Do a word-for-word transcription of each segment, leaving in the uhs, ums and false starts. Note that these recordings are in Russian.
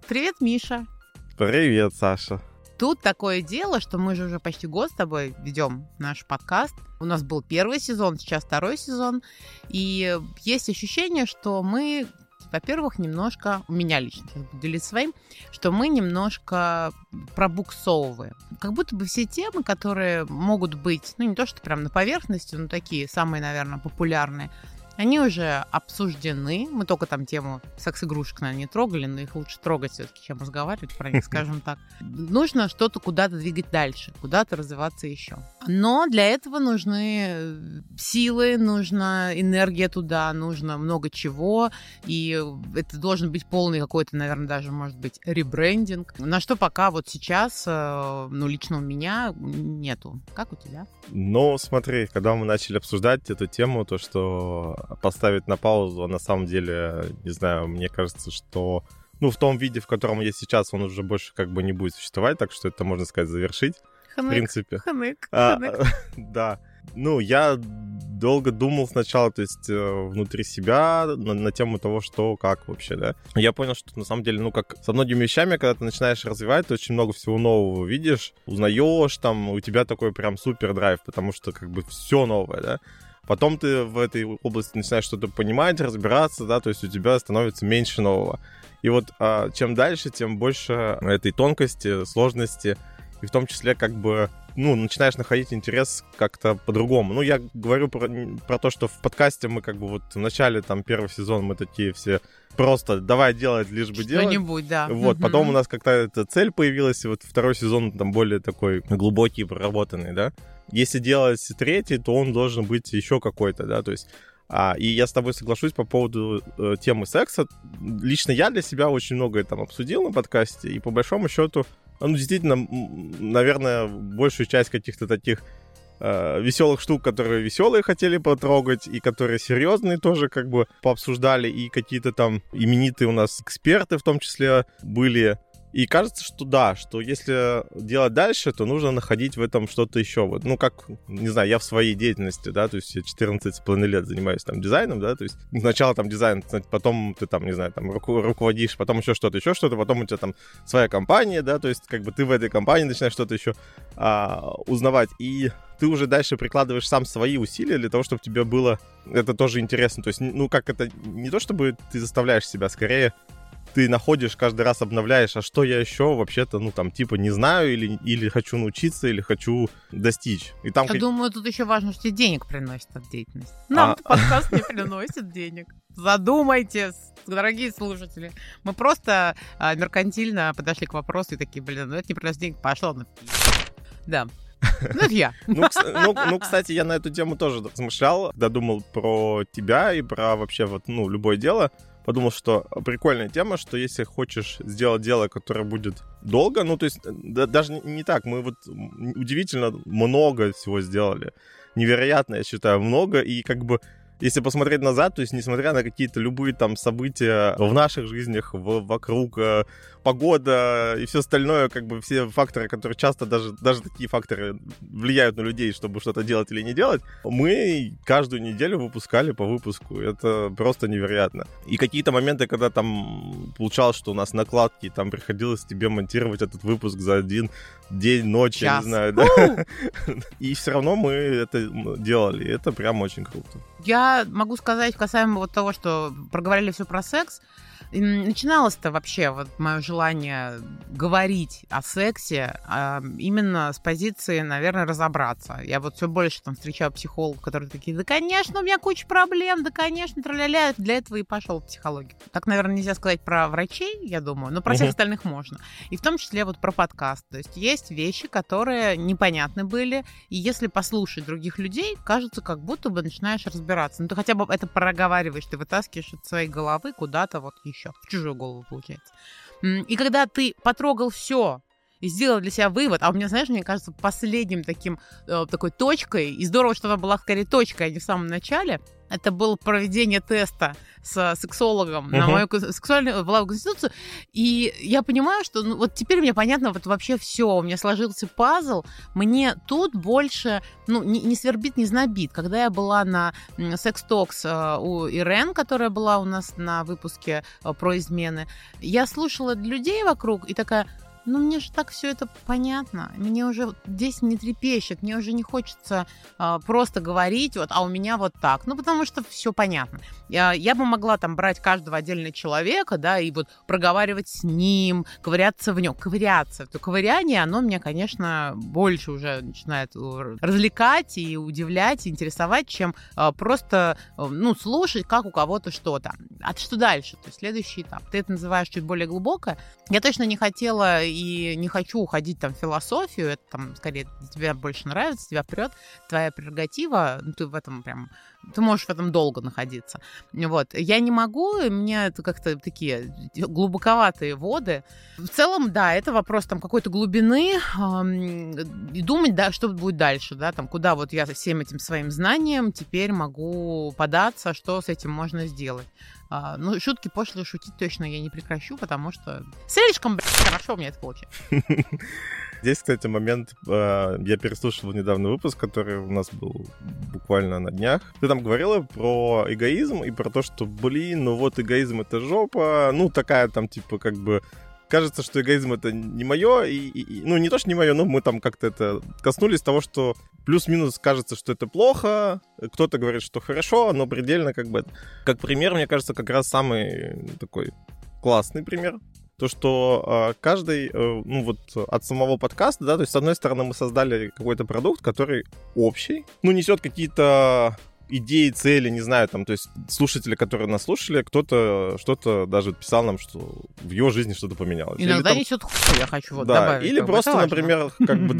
Привет, Миша. Привет, Саша. Тут такое дело, что мы же уже почти год с тобой ведем наш подкаст. У нас был первый сезон, сейчас второй сезон. И есть ощущение, что мы, во-первых, немножко, у меня лично, сейчас буду делиться своим, что мы немножко пробуксовываем. Как будто бы все темы, которые могут быть, ну не то, что прям на поверхности, но такие самые, наверное, популярные, они уже обсуждены. Мы только там тему секс-игрушек, наверное, не трогали, но их лучше трогать все-таки, чем разговаривать про них, скажем так. Нужно что-то куда-то двигать дальше, куда-то развиваться еще. Но для этого нужны силы, нужна энергия туда, нужно много чего, и это должен быть полный какой-то, наверное, даже, может быть, ребрендинг. На что пока вот сейчас, ну, лично у меня нету. Как у тебя? Ну, смотри, когда мы начали обсуждать эту тему, то, что поставить на паузу, а на самом деле, не знаю, мне кажется, что, ну, в том виде, в котором есть сейчас, он уже больше как бы не будет существовать, так что это, можно сказать, завершить, хнык, в принципе. Хнык, а, хнык. Да. Ну, я долго думал сначала, то есть внутри себя на, на тему того, что, как вообще, да. Я понял, что на самом деле, ну, как со многими вещами, когда ты начинаешь развивать, ты очень много всего нового видишь, узнаешь, там, у тебя такой прям супер драйв, потому что как бы все новое, да. Потом ты в этой области начинаешь что-то понимать, разбираться, да, то есть у тебя становится меньше нового. И вот а, чем дальше, тем больше этой тонкости, сложности, и в том числе как бы, ну, начинаешь находить интерес как-то по-другому. Ну, я говорю про, про то, что в подкасте мы как бы вот в начале, там, первого сезона мы такие все просто давай делать, лишь бы делать. Что-нибудь, да. Вот, потом у нас какая-то цель появилась, и вот второй сезон там более такой глубокий, проработанный, да. Если делать третий, то он должен быть еще какой-то, да, то есть... А, и я с тобой соглашусь по поводу э, темы секса. Лично я для себя очень многое там обсудил на подкасте, и по большому счету, ну, действительно, наверное, большую часть каких-то таких э, веселых штук, которые веселые хотели потрогать, и которые серьезные тоже как бы пообсуждали, и какие-то там именитые у нас эксперты в том числе были. И кажется, что да, что если делать дальше, то нужно находить в этом что-то еще. Вот, ну, как, не знаю, я в своей деятельности, да, то есть я четырнадцать с половиной лет занимаюсь там дизайном, да, то есть сначала там дизайн, потом ты там, не знаю, там руку, руководишь, потом еще что-то, еще что-то, потом у тебя там своя компания, да, то есть как бы ты в этой компании начинаешь что-то еще а, узнавать, и ты уже дальше прикладываешь сам свои усилия для того, чтобы тебе было это тоже интересно. То есть, ну, как это, не то чтобы ты заставляешь себя, скорее ты находишь, каждый раз обновляешь, а что я еще вообще-то, ну, там, типа, не знаю, или, или хочу научиться, или хочу достичь. И там... Я думаю, тут еще важно, что тебе денег приносит от деятельности. Нам а... подкаст не приносит денег. Задумайтесь, дорогие слушатели. Мы просто а, меркантильно подошли к вопросу и такие, блин, ну это не приносит денег, пошло на пи***. Да. Ну, это я. Ну, ну, ну, кстати, я на эту тему тоже размышлял, когда думал про тебя и про вообще вот, ну, любое дело. Подумал, что прикольная тема, что если хочешь сделать дело, которое будет долго, ну, то есть да, даже не, не так, мы вот удивительно много всего сделали. Невероятно, я считаю, много, и как бы если посмотреть назад, то есть несмотря на какие-то любые там события в наших жизнях, в, вокруг, э, погода и все остальное, как бы все факторы, которые часто даже, даже такие факторы влияют на людей, чтобы что-то делать или не делать, мы каждую неделю выпускали по выпуску. Это просто невероятно. И какие-то моменты, когда там получалось, что у нас накладки, там приходилось тебе монтировать этот выпуск за один день, ночь, Час. Я не знаю, да. И все равно мы это делали. Это прям очень круто. Я могу сказать касаемо вот того, что проговорили все про секс. Начиналось-то вообще вот мое желание говорить о сексе а, именно с позиции, наверное, разобраться. Я вот все больше там встречаю психологов, которые такие, да, конечно, у меня куча проблем, да, конечно, тра-ля-ля. Для этого и пошел в психологию. Так, наверное, нельзя сказать про врачей, я думаю, но про всех остальных можно. И в том числе вот про подкаст. То есть есть вещи, которые непонятны были, и если послушать других людей, кажется, как будто бы начинаешь разбираться. Ну, ты хотя бы это проговариваешь, ты вытаскиваешь из своей головы куда-то вот еще, в чужую голову, получается. И когда ты потрогал все и сделала для себя вывод. А у меня, знаешь, мне кажется, последним таким, э, такой точкой, и здорово, что она была скорее точкой, а не в самом начале, это было проведение теста с сексологом uh-huh. на мою сексуальную половую конституцию. И я понимаю, что ну, вот теперь мне понятно вот вообще все. У меня сложился пазл. Мне тут больше ну, не, не свербит, не знобит. Когда я была на Sex Talks э, у Ирен, которая была у нас на выпуске э, про измены, я слушала людей вокруг и такая... Ну, мне же так все это понятно. Мне уже здесь не трепещет, мне уже не хочется а, просто говорить, вот, а у меня вот так. Ну, потому что все понятно. Я, я бы могла там брать каждого отдельного человека, да, и вот проговаривать с ним, ковыряться в нем, ковыряться. То ковыряние, оно меня, конечно, больше уже начинает развлекать и удивлять, и интересовать, чем а, просто, ну, слушать, как у кого-то что-то. А что дальше? То есть следующий этап. Ты это называешь чуть более глубокое. Я точно не хотела и не хочу уходить там в философию, это там скорее тебе больше нравится, тебя прет, твоя прерогатива, ну, ты в этом прям, ты можешь в этом долго находиться. Вот. Я не могу, и мне это как-то такие глубоковатые воды. В целом, да, это вопрос там какой-то глубины, эм, и думать, да, что будет дальше, да, там, куда вот я со всем этим своим знанием теперь могу податься, что с этим можно сделать. А, ну, шутки пошлые шутить точно я не прекращу, потому что слишком, блядь, хорошо у меня это получается. Здесь, кстати, момент, э, я переслушивал недавно выпуск, который у нас был буквально на днях. Ты там говорила про эгоизм и про то, что, блин, ну вот эгоизм — это жопа, ну такая там, типа, как бы... Кажется, что эгоизм — это не мое, и, и, ну, не то, что не мое, но мы там как-то это коснулись того, что плюс-минус кажется, что это плохо, кто-то говорит, что хорошо, но предельно как бы... Как пример, мне кажется, как раз самый такой классный пример. То, что э, каждый, э, ну вот от самого подкаста, да, то есть с одной стороны мы создали какой-то продукт, который общий, ну, несет какие-то... идеи, цели, не знаю, там, то есть слушатели, которые нас слушали, кто-то что-то даже писал нам, что в его жизни что-то поменялось. Иногда или, несет хуй, я хочу вот да, добавить. или просто, например, как бы,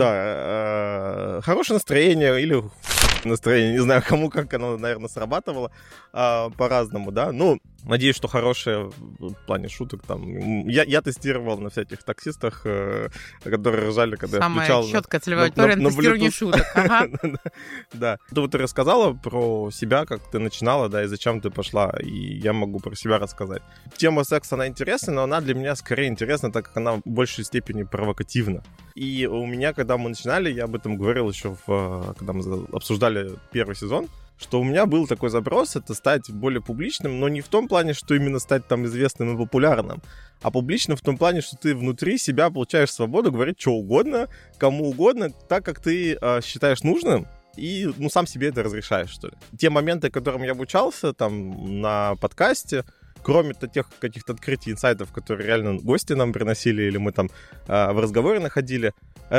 да, хорошее настроение, или настроение, не знаю, кому как оно, наверное, срабатывало по-разному, да, ну, надеюсь, что хорошее в плане шуток там. Я, я тестировал на всяких таксистах, которые ржали, когда Самая я включал... Самая четкая целевая аудитория на, на, на тестирование шуток. Ага. Да. Ты вот рассказала про себя, как ты начинала, да, и зачем ты пошла, и я могу про себя рассказать. Тема секса, она интересна, но она для меня скорее интересна, так как она в большей степени провокативна. И у меня, когда мы начинали, я об этом говорил еще, в, когда мы обсуждали первый сезон, что у меня был такой запрос, это стать более публичным, но не в том плане, что именно стать там известным и популярным, а публичным в том плане, что ты внутри себя получаешь свободу говорить что угодно, кому угодно, так, как ты э, считаешь нужным, и, ну, сам себе это разрешаешь, что ли. Те моменты, которым я обучался там на подкасте, кроме тех каких-то открытий, инсайтов, которые реально гости нам приносили, или мы там э, в разговоре находили,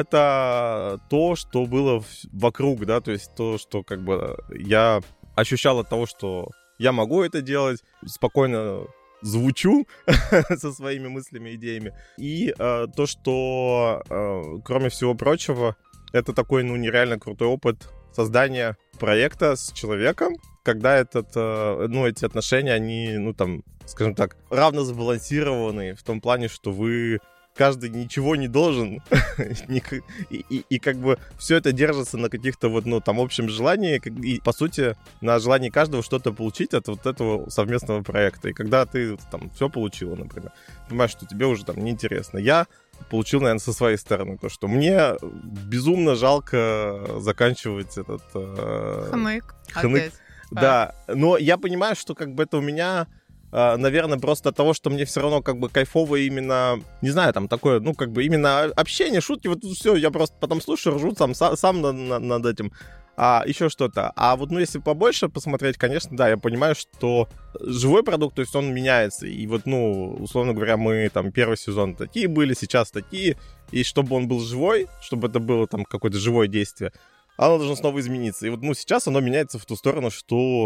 это то, что было вокруг, да, то есть то, что как бы я ощущал от того, что я могу это делать, спокойно звучу со своими мыслями, идеями. И э, то, что, э, кроме всего прочего, это такой, ну, нереально крутой опыт создания проекта с человеком, когда этот, э, ну, эти отношения, они, ну, там, скажем так, равно сбалансированы в том плане, что вы... каждый ничего не должен, и, и, и как бы все это держится на каких-то вот, ну, там, общем желании, и, по сути, на желании каждого что-то получить от вот этого совместного проекта. И когда ты, там, все получила, например, понимаешь, что тебе уже, там, неинтересно. Я получил, наверное, со своей стороны то, что мне безумно жалко заканчивать этот... Э, хнык. Хнык. Да, но я понимаю, что, как бы, это у меня... наверное, просто от того, что мне все равно как бы кайфово именно, не знаю, там такое, ну, как бы именно общение, шутки, вот все, я просто потом слушаю, ржу сам, сам над, над этим, а еще что-то. А вот, ну, если побольше посмотреть, конечно, да, я понимаю, что живой продукт, то есть он меняется, и вот, ну, условно говоря, мы там первый сезон такие были, сейчас такие, и чтобы он был живой, чтобы это было там какое-то живое действие, оно должно снова измениться. И вот, ну, сейчас оно меняется в ту сторону, что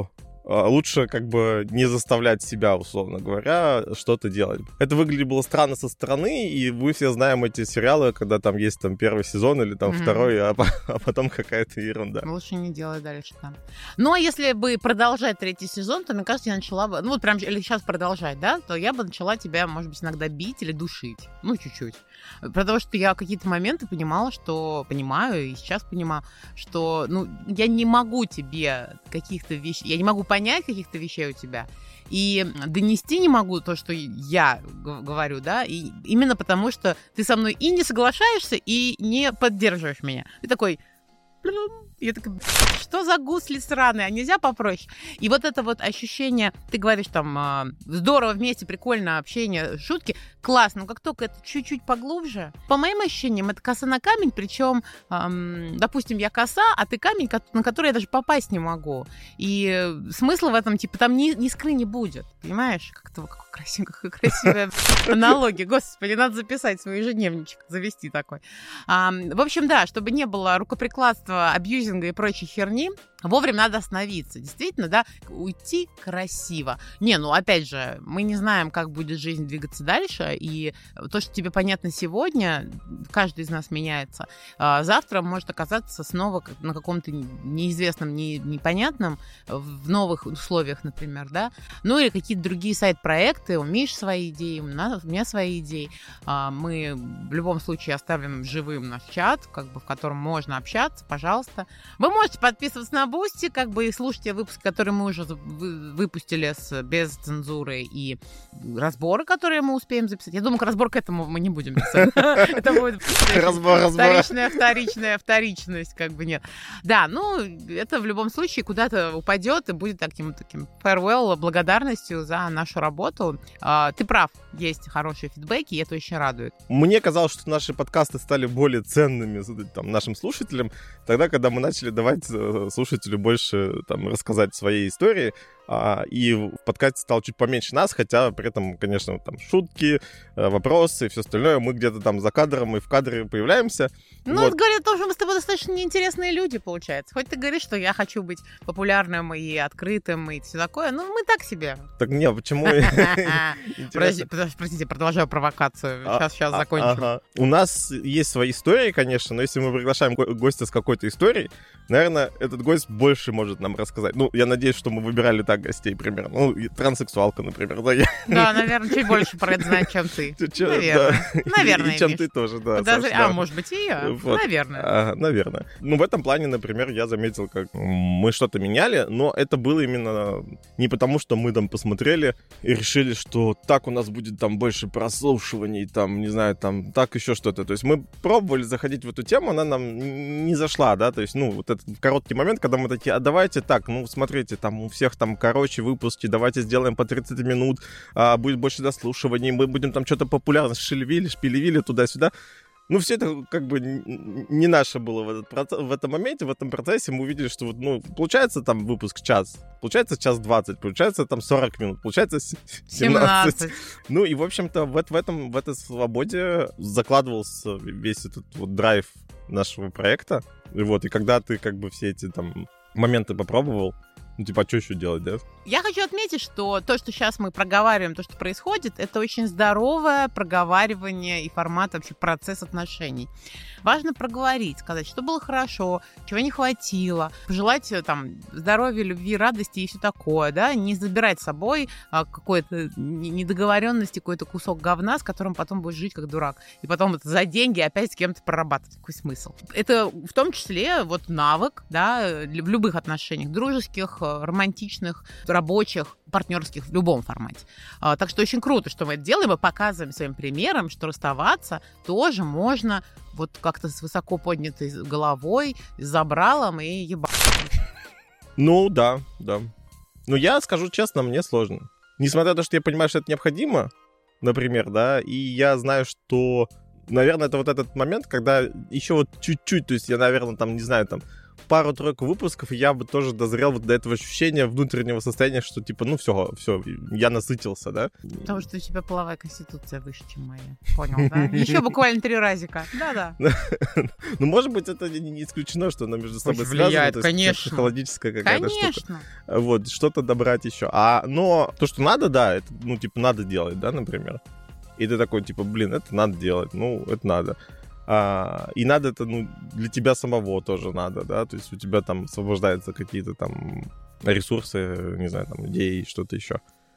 лучше как бы не заставлять себя, условно говоря, что-то делать. Это выглядит было странно со стороны, и мы все знаем эти сериалы, когда там есть там первый сезон или там mm-hmm. второй, а, а потом какая-то ерунда. Лучше не делать дальше там. Ну, а если бы продолжать третий сезон, то, мне кажется, я начала бы, ну, вот прям или сейчас продолжать, да, то я бы начала тебя, может быть, иногда бить или душить. Ну, чуть-чуть. Потому что я какие-то моменты понимала, что понимаю, и сейчас понимаю, что, ну, я не могу тебе каких-то вещей, я не могу понять каких-то вещей у тебя, и донести не могу то, что я говорю, да, и именно потому, что ты со мной и не соглашаешься, и не поддерживаешь меня. Ты такой... Я такая, что за гусли сраные, а нельзя попроще? И вот это вот ощущение, ты говоришь там, здорово вместе, прикольно, общение, шутки, классно, но как только это чуть-чуть поглубже, по моим ощущениям, это коса на камень, причем, эм, допустим, я коса, а ты камень, на который я даже попасть не могу. И смысла в этом, типа, там ни, ни искры не будет, понимаешь? Как-то какой красивый, какой красивая аналогия. Господи, надо записать свой ежедневничек, завести такой. А, в общем, да, чтобы не было рукоприкладства, абьюзинга и прочей херни, вовремя надо остановиться. Действительно, да, уйти красиво. Не, ну, опять же, мы не знаем, как будет жизнь двигаться дальше, и то, что тебе понятно сегодня, каждый из нас меняется, а завтра может оказаться снова на каком-то неизвестном, не, непонятном, в новых условиях, например, да, ну, или какие-то другие сайт-проекты, у Миши свои идеи, у меня свои идеи. Мы в любом случае оставим живым наш чат, как бы, в котором можно общаться, пожалуйста. Вы можете подписываться на Бусти, как бы, и слушайте выпуски, которые мы уже выпустили с, без цензуры, и разборы, которые мы успеем записать. Я думаю, к разбору к этому мы не будем писать. Это будет вторичная, вторичная, вторичность, как бы нет. Да, ну, это в любом случае куда-то упадет и будет таким таким farewell, благодарностью за нашу работу. Ты прав, есть хорошие фидбэки, и это очень радует. Мне казалось, что наши подкасты стали более ценными там, нашим слушателям, тогда, когда мы начали давать слушателю больше там, рассказать своей истории, а, и в подкасте стало чуть поменьше нас, хотя при этом, конечно, там шутки, вопросы и все остальное, мы где-то там за кадром и в кадре появляемся. Ну, вот. Это говорит о том, что мы с тобой достаточно неинтересные люди, получается. Хоть ты говоришь, что я хочу быть популярным и открытым и все такое, ну, мы так себе. Так не, почему? Простите, продолжаю провокацию. Сейчас, сейчас закончим. У нас есть свои истории, конечно, но если мы приглашаем гостя с какой-то историей, наверное, этот гость больше может нам рассказать. Ну, я надеюсь, что мы выбирали так гостей примерно. Ну, и транссексуалка, например, да. Я... Да, наверное, чуть больше про это знает, чем ты. Наверное. Да. Наверное. И, и чем ты тоже, да. Подозр... Саш, а, да. может быть, и я. Вот. Наверное. А, наверное. Ну, в этом плане, например, я заметил, как мы что-то меняли, но это было именно не потому, что мы там посмотрели и решили, что так у нас будет там больше прослушиваний, там, не знаю, там, так еще что-то. То есть мы пробовали заходить в эту тему, она нам не зашла, да, то есть, ну, вот этот короткий момент, когда мы такие, а давайте так, ну, смотрите, там у всех там короче выпуски, давайте сделаем по тридцать минут, а, будет больше дослушиваний, мы будем там что-то популярно шелевили, шпилевили туда-сюда. Ну, все это как бы не наше было в, этот процесс, в этом моменте, в этом процессе. Мы увидели, что вот, ну, получается там выпуск час, получается час двадцать, получается там сорок минут, получается семнадцать. семнадцать. Ну, и, в общем-то, в, в, этом, в этой свободе закладывался весь этот вот драйв нашего проекта. И вот, и когда ты как бы все эти там моменты попробовал, ну, типа, а что еще делать, да? Я хочу отметить, что то, что сейчас мы проговариваем, то, что происходит, это очень здоровое проговаривание и формат вообще процесс отношений. Важно проговорить, сказать, что было хорошо, чего не хватило, пожелать там здоровья, любви, радости и все такое, да, не забирать с собой а, какой-то недоговоренности, какой-то кусок говна, с которым потом будешь жить как дурак, и потом это за деньги опять с кем-то прорабатывать. Какой смысл? Это в том числе вот навык, да, в любых отношениях, дружеских, романтичных, рабочих, партнерских, в любом формате. А, так что очень круто, что мы это делаем, и показываем своим примером, что расставаться тоже можно вот как-то с высоко поднятой головой, с забралом и ебать. Ну, да, да. Но я скажу честно, мне сложно. Несмотря на то, что я понимаю, что это необходимо, например, да, и я знаю, что, наверное, это вот этот момент, когда еще вот чуть-чуть, то есть я, наверное, там, не знаю, там, пару-тройку выпусков, и я бы тоже дозрел вот до этого ощущения внутреннего состояния, что типа, ну все, все, я насытился, да? Потому что у тебя половая конституция выше, чем моя. Понял, да? Еще буквально три разика. Да-да. Ну, может быть, это не исключено, что она между собой влияет, связана. Конечно. Психологическая какая-то штука. Конечно. Вот, что-то добрать еще. А, но то, что надо, да, это, ну, типа, надо делать, да, например. И ты такой, типа, блин, это надо делать, ну, это надо. А, и надо это, ну, для тебя самого тоже надо, да, то есть у тебя там освобождаются какие-то там ресурсы, не знаю, там, идеи, что-то еще.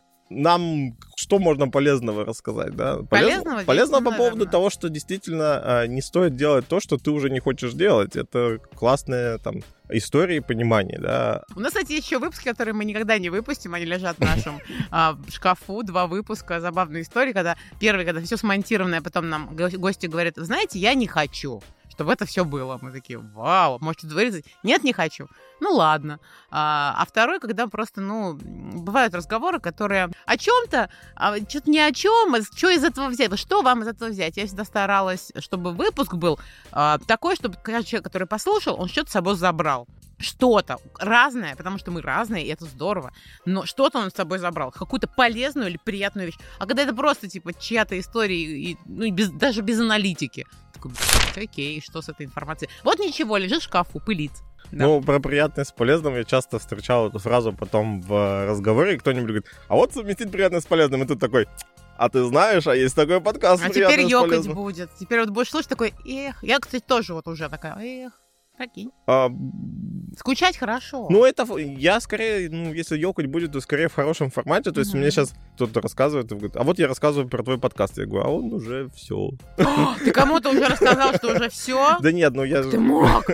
Нам что можно полезного рассказать, да? Полезного? Полезного, полезного по наверное. поводу того, что действительно а, не стоит делать то, что ты уже не хочешь делать. Это классная там история и понимание, да. У нас, кстати, есть еще выпуски, которые мы никогда не выпустим, они лежат в нашем а, шкафу, два выпуска забавной истории, когда первый, когда все смонтировано, а потом нам го- гости говорят, знаете, я не хочу, чтобы это все было. Мы такие, вау, можете вырезать? Нет, не хочу. Ну ладно. А, а второй, когда просто, ну, бывают разговоры, которые о чем-то, а, что-то ни о чем, а что из этого взять? Что вам из этого взять? Я всегда старалась, чтобы выпуск был а, такой, чтобы каждый человек, который послушал, он что-то с собой забрал. Что-то разное, потому что мы разные, и это здорово, но что-то он с собой забрал, какую-то полезную или приятную вещь. А когда это просто, типа, чья-то история, и, ну, и без, даже без аналитики, такой, окей, что с этой информацией? Вот ничего, лежит в шкафу, пылится. Да. Ну, про приятное с полезным я часто встречал эту фразу потом в разговоре, и кто-нибудь говорит, а вот совместить приятное с полезным, и тут такой... А ты знаешь, а есть такой подкаст. А теперь ёкать будет. Теперь вот будешь слушать такой, эх. Я, кстати, тоже вот уже такая, эх. Прикинь. А, Скучать хорошо. ну, это я скорее, ну, если ёкать будет, то скорее в хорошем формате. То есть mm-hmm. мне сейчас кто-то рассказывает, и говорит, а вот я рассказываю про твой подкаст. Я говорю, а он уже все. Ты кому-то уже рассказал, что уже все? Да нет, ну я же... Ты мог!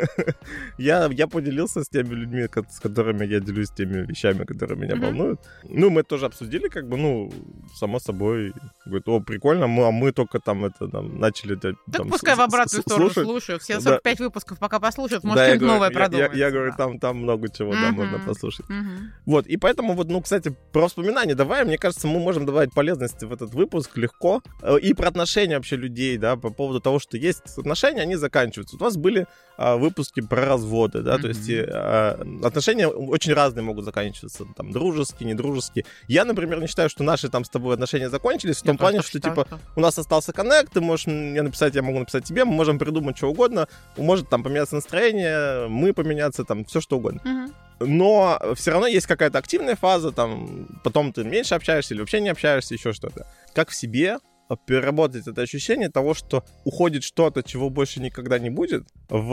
я, я поделился с теми людьми, с которыми я делюсь теми вещами, которые меня mm-hmm. волнуют. Ну, мы тоже обсудили, как бы, ну, само собой. Говорит, о, прикольно, мы, а мы только там это там начали... Так там, пускай с- в обратную с- сторону слушать. слушаю. Все Да. сорок пять выпусков пока послушают, может, Да, я что-нибудь говорю, новое я- продумается. Я, я говорю, да. там, там много чего, да, Мгм. можно послушать. Мгм. Вот, и поэтому вот, ну, кстати, про воспоминания давай, мне кажется, мы можем добавить полезности в этот выпуск легко. Э, И про отношения вообще людей, да, по поводу того, что есть отношения, они заканчиваются. Вот у вас были а, выпуски про разводы, да, Мгм. то есть и, а, отношения очень разные могут заканчиваться, там, дружеские, недружеские. Я, например, не считаю, что наши там с тобой отношения закончились, в Я том тоже плане, так что, считаю, типа, что- у нас остался коннект, ты можешь мне написать, я могу написать тебе, мы можем придумать что угодно, может там поменяться настроение, мы поменяться, там, все что угодно. Мгм. Но все равно есть какая-то активная фаза, там, потом ты меньше общаешься или вообще не общаешься, еще что-то. Как в себе переработать это ощущение того, что уходит что-то, чего больше никогда не будет,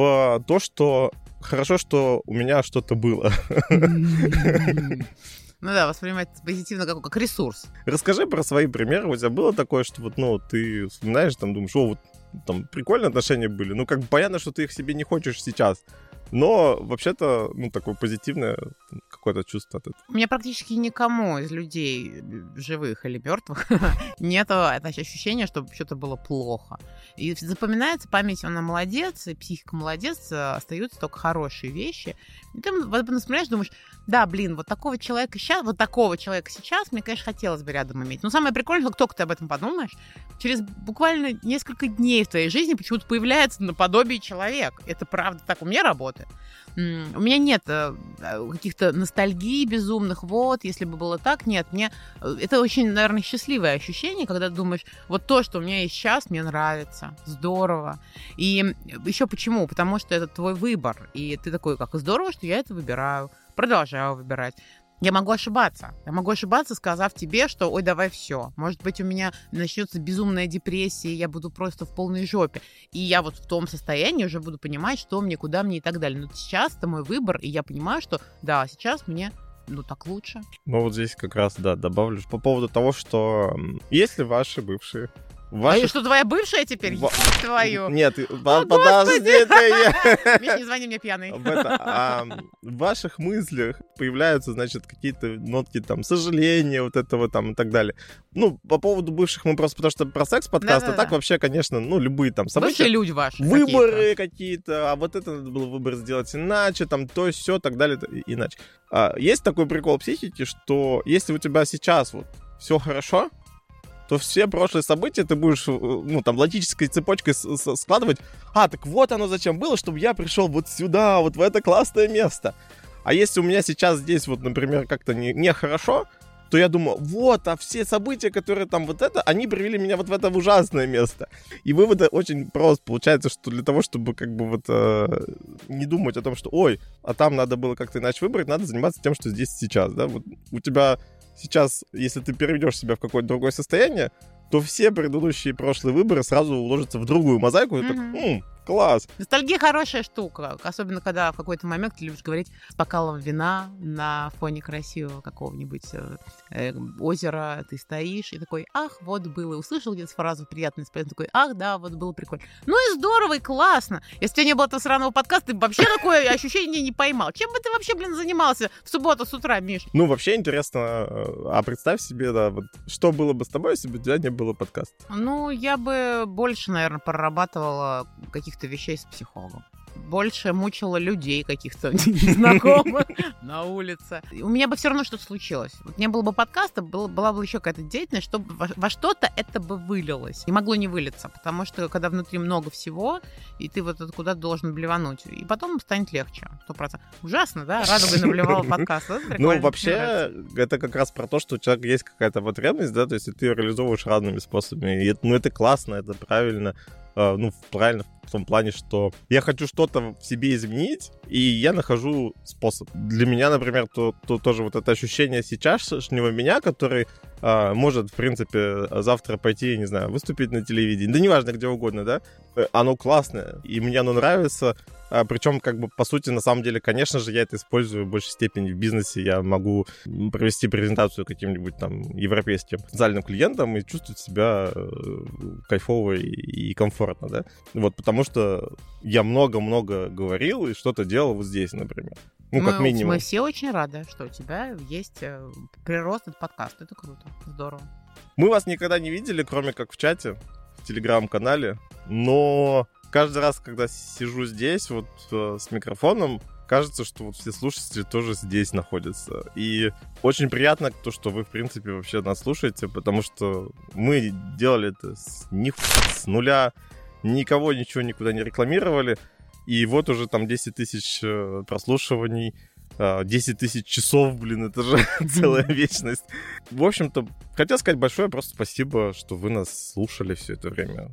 в то, что хорошо, что у меня что-то было. Ну да, воспринимать позитивно как, как ресурс. Расскажи про свои примеры. У тебя было такое, что вот, ну, ты вспоминаешь, там, думаешь, о, вот там прикольные отношения были. Ну, как бы понятно, что ты их себе не хочешь сейчас. Но вообще-то, ну, такое позитивное какое-то чувство от этого. У меня практически никому из людей, живых или мертвых, нет ощущения, что что-то было плохо. И запоминается память, она молодец, и психика молодец, остаются только хорошие вещи. И ты вот вспоминаешь, думаешь, да, блин, вот такого человека сейчас, вот такого человека сейчас мне, конечно, хотелось бы рядом иметь. Но самое прикольное, как только ты об этом подумаешь, через буквально несколько дней в твоей жизни почему-то появляется наподобие человек. Это правда так у меня работает. М, У меня нет э, каких-то ностальгий безумных, вот, если бы было так, нет, мне э, это очень, наверное, счастливое ощущение, когда ты думаешь, вот то, что у меня есть сейчас, мне нравится, здорово. И еще почему? Потому что это твой выбор, и ты такой, как здорово, что я это выбираю, продолжаю выбирать. Я могу ошибаться. Я могу ошибаться, сказав тебе, что ой, давай все. Может быть, у меня начнется безумная депрессия, и я буду просто в полной жопе. И я вот в том состоянии уже буду понимать, что мне, куда мне и так далее. Но сейчас это мой выбор, и я понимаю, что да, сейчас мне ну так лучше. Ну, вот здесь как раз, да, добавлю по поводу того, что м, если ваши бывшие... А Ваши... я что, твоя бывшая теперь? Во- Ебать твою. Нет, О, по- подожди ты! Миш, не звони мне пьяный. Об этом. А, в ваших мыслях появляются, значит, какие-то нотки там сожаления, вот этого там и так далее. Ну, по поводу бывших мы просто, потому что про секс подкаст, а Да-да-да. так вообще, конечно, ну, любые там события. Бывшие люди ваши. Выборы какие-то, а вот это надо было выбор сделать иначе, там то, все, так далее, и- иначе. А, есть такой прикол психики, что если у тебя сейчас вот все хорошо, то все прошлые события ты будешь, ну, там, логической цепочкой складывать. А, так вот оно зачем было, чтобы я пришел вот сюда, вот в это классное место. А если у меня сейчас здесь, вот, например, как-то не, нехорошо, то я думаю, вот, а все события, которые там вот это, они привели меня вот в это ужасное место. И вывод очень прост. Получается, что для того, чтобы как бы вот э, не думать о том, что, ой, а там надо было как-то иначе выбрать, надо заниматься тем, что здесь сейчас, да. Вот у тебя сейчас, если ты переведешь себя в какое-то другое состояние, то все предыдущие прошлые выборы сразу уложатся в другую мозаику, и mm-hmm. так, м, класс. Ностальгия хорошая штука, особенно когда в какой-то момент ты любишь говорить с бокалом вина на фоне красивого какого-нибудь э, озера, ты стоишь и такой, ах, вот было, услышал где-то фразу приятную, такой, ах, да, вот было прикольно. Ну и здорово, и классно. Если у тебя не было этого сраного подкаста, ты бы вообще такое ощущение не поймал. Чем бы ты вообще, блин, занимался в субботу с утра, Миш? Ну, вообще интересно, а представь себе, да, вот что было бы с тобой, если бы у тебя не было подкаста? Ну, я бы больше, наверное, прорабатывала каких-то вещей с психологом. Больше мучила людей каких-то незнакомых на улице. У меня бы все равно что-то случилось. Вот не было бы подкаста, была, была бы еще какая-то деятельность, чтобы во, во что-то это бы вылилось. Не могло не вылиться, потому что когда внутри много всего, и ты вот это куда-то должен блевануть, и потом станет легче. Сто процентов. Ужасно, да? Радугой наблевала подкаст. Ну, вообще, это как раз про то, что у человека есть какая-то потребность, да, то есть ты ее реализовываешь разными способами. И это, ну, это классно, это правильно. Ну, правильно в том плане, что я хочу что-то в себе изменить, и я нахожу способ. Для меня, например, то, то тоже вот это ощущение сейчасшнего меня, который а, может, в принципе, завтра пойти, не знаю, выступить на телевидении, да неважно, где угодно, да, оно классное, и мне оно нравится. А, причем, как бы, по сути, на самом деле, конечно же, я это использую в большей степени в бизнесе. Я могу провести презентацию каким-нибудь там европейским потенциальным клиентам и чувствовать себя кайфово и комфортно, да. Вот, потому что я много-много говорил и что-то делал вот здесь, например. Ну, мы, как минимум. Мы все очень рады, что у тебя есть прирост от подкаста. Это круто, здорово. Мы вас никогда не видели, кроме как в чате, в телеграм-канале, но... Каждый раз, когда сижу здесь, вот э, с микрофоном, кажется, что вот все слушатели тоже здесь находятся. И очень приятно то, что вы, в принципе, вообще нас слушаете, потому что мы делали это с, ни, с нуля, никого ничего никуда не рекламировали. И вот уже там десять тысяч э, прослушиваний, десять тысяч часов, блин, это же целая вечность. В общем-то, хотел сказать большое просто спасибо, что вы нас слушали все это время.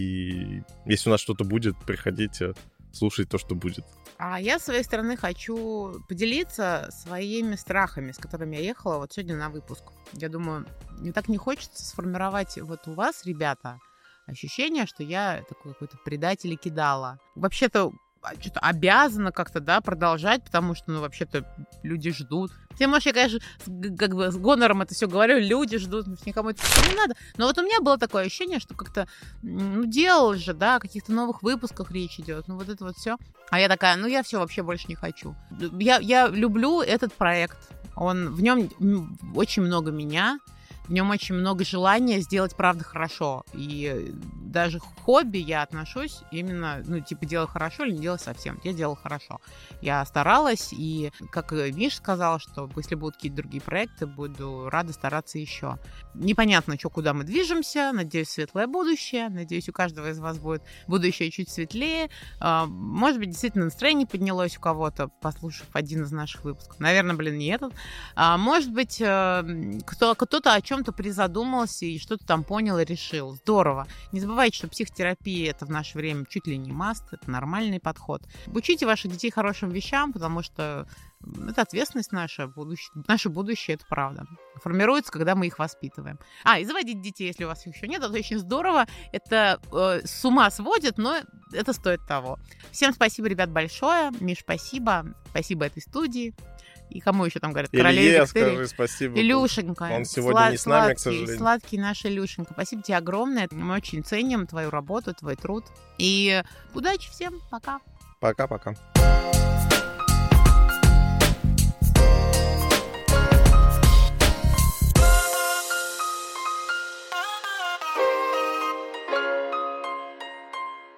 И если у нас что-то будет, приходите, слушайте то, что будет. А я, с своей стороны, хочу поделиться своими страхами, с которыми я ехала вот сегодня на выпуск. Я думаю, мне так не хочется сформировать вот у вас, ребята, ощущение, что я такой какой-то предатель и кидала. Вообще-то что-то обязана как-то, да, продолжать, потому что, ну, вообще-то люди ждут. Тем больше я, конечно, с, как бы с гонором это все говорю, люди ждут, никому это не надо. Но вот у меня было такое ощущение, что как-то, ну, делалось же, да, о каких-то новых выпусках речь идет, ну, вот это вот все. А я такая, ну, я все вообще больше не хочу. Я, я люблю этот проект, он, в нем очень много меня, в нем очень много желания сделать, правда, хорошо. И даже к хобби я отношусь именно, ну, типа, делаю хорошо или не делаю совсем. Я делала хорошо. Я старалась, и, как Миша сказал, что если будут какие-то другие проекты, буду рада стараться еще. Непонятно, что, куда мы движемся. Надеюсь, светлое будущее. Надеюсь, у каждого из вас будет будущее чуть светлее. Может быть, действительно настроение поднялось у кого-то, послушав один из наших выпусков. Наверное, блин, не этот. Может быть, кто, кто-то о чем-то призадумался и что-то там понял и решил. Здорово. Не забывайте, что психотерапия — это в наше время чуть ли не маст, это нормальный подход. Учите ваших детей хорошим вещам, потому что это ответственность наша, будущее, наше будущее, это правда. Формируется, когда мы их воспитываем. А, и заводить детей, если у вас их еще нет, это очень здорово. Это э, с ума сводит, но это стоит того. Всем спасибо, ребят, большое. Миш, спасибо. Спасибо этой студии. И кому еще там говорят? Илье, скажи спасибо. Илюшенька. Он сегодня слад- не с нами, сладкий, к сожалению. Сладкий наш Илюшенька. Спасибо тебе огромное. Мы очень ценим твою работу, твой труд. И удачи всем. Пока. Пока-пока.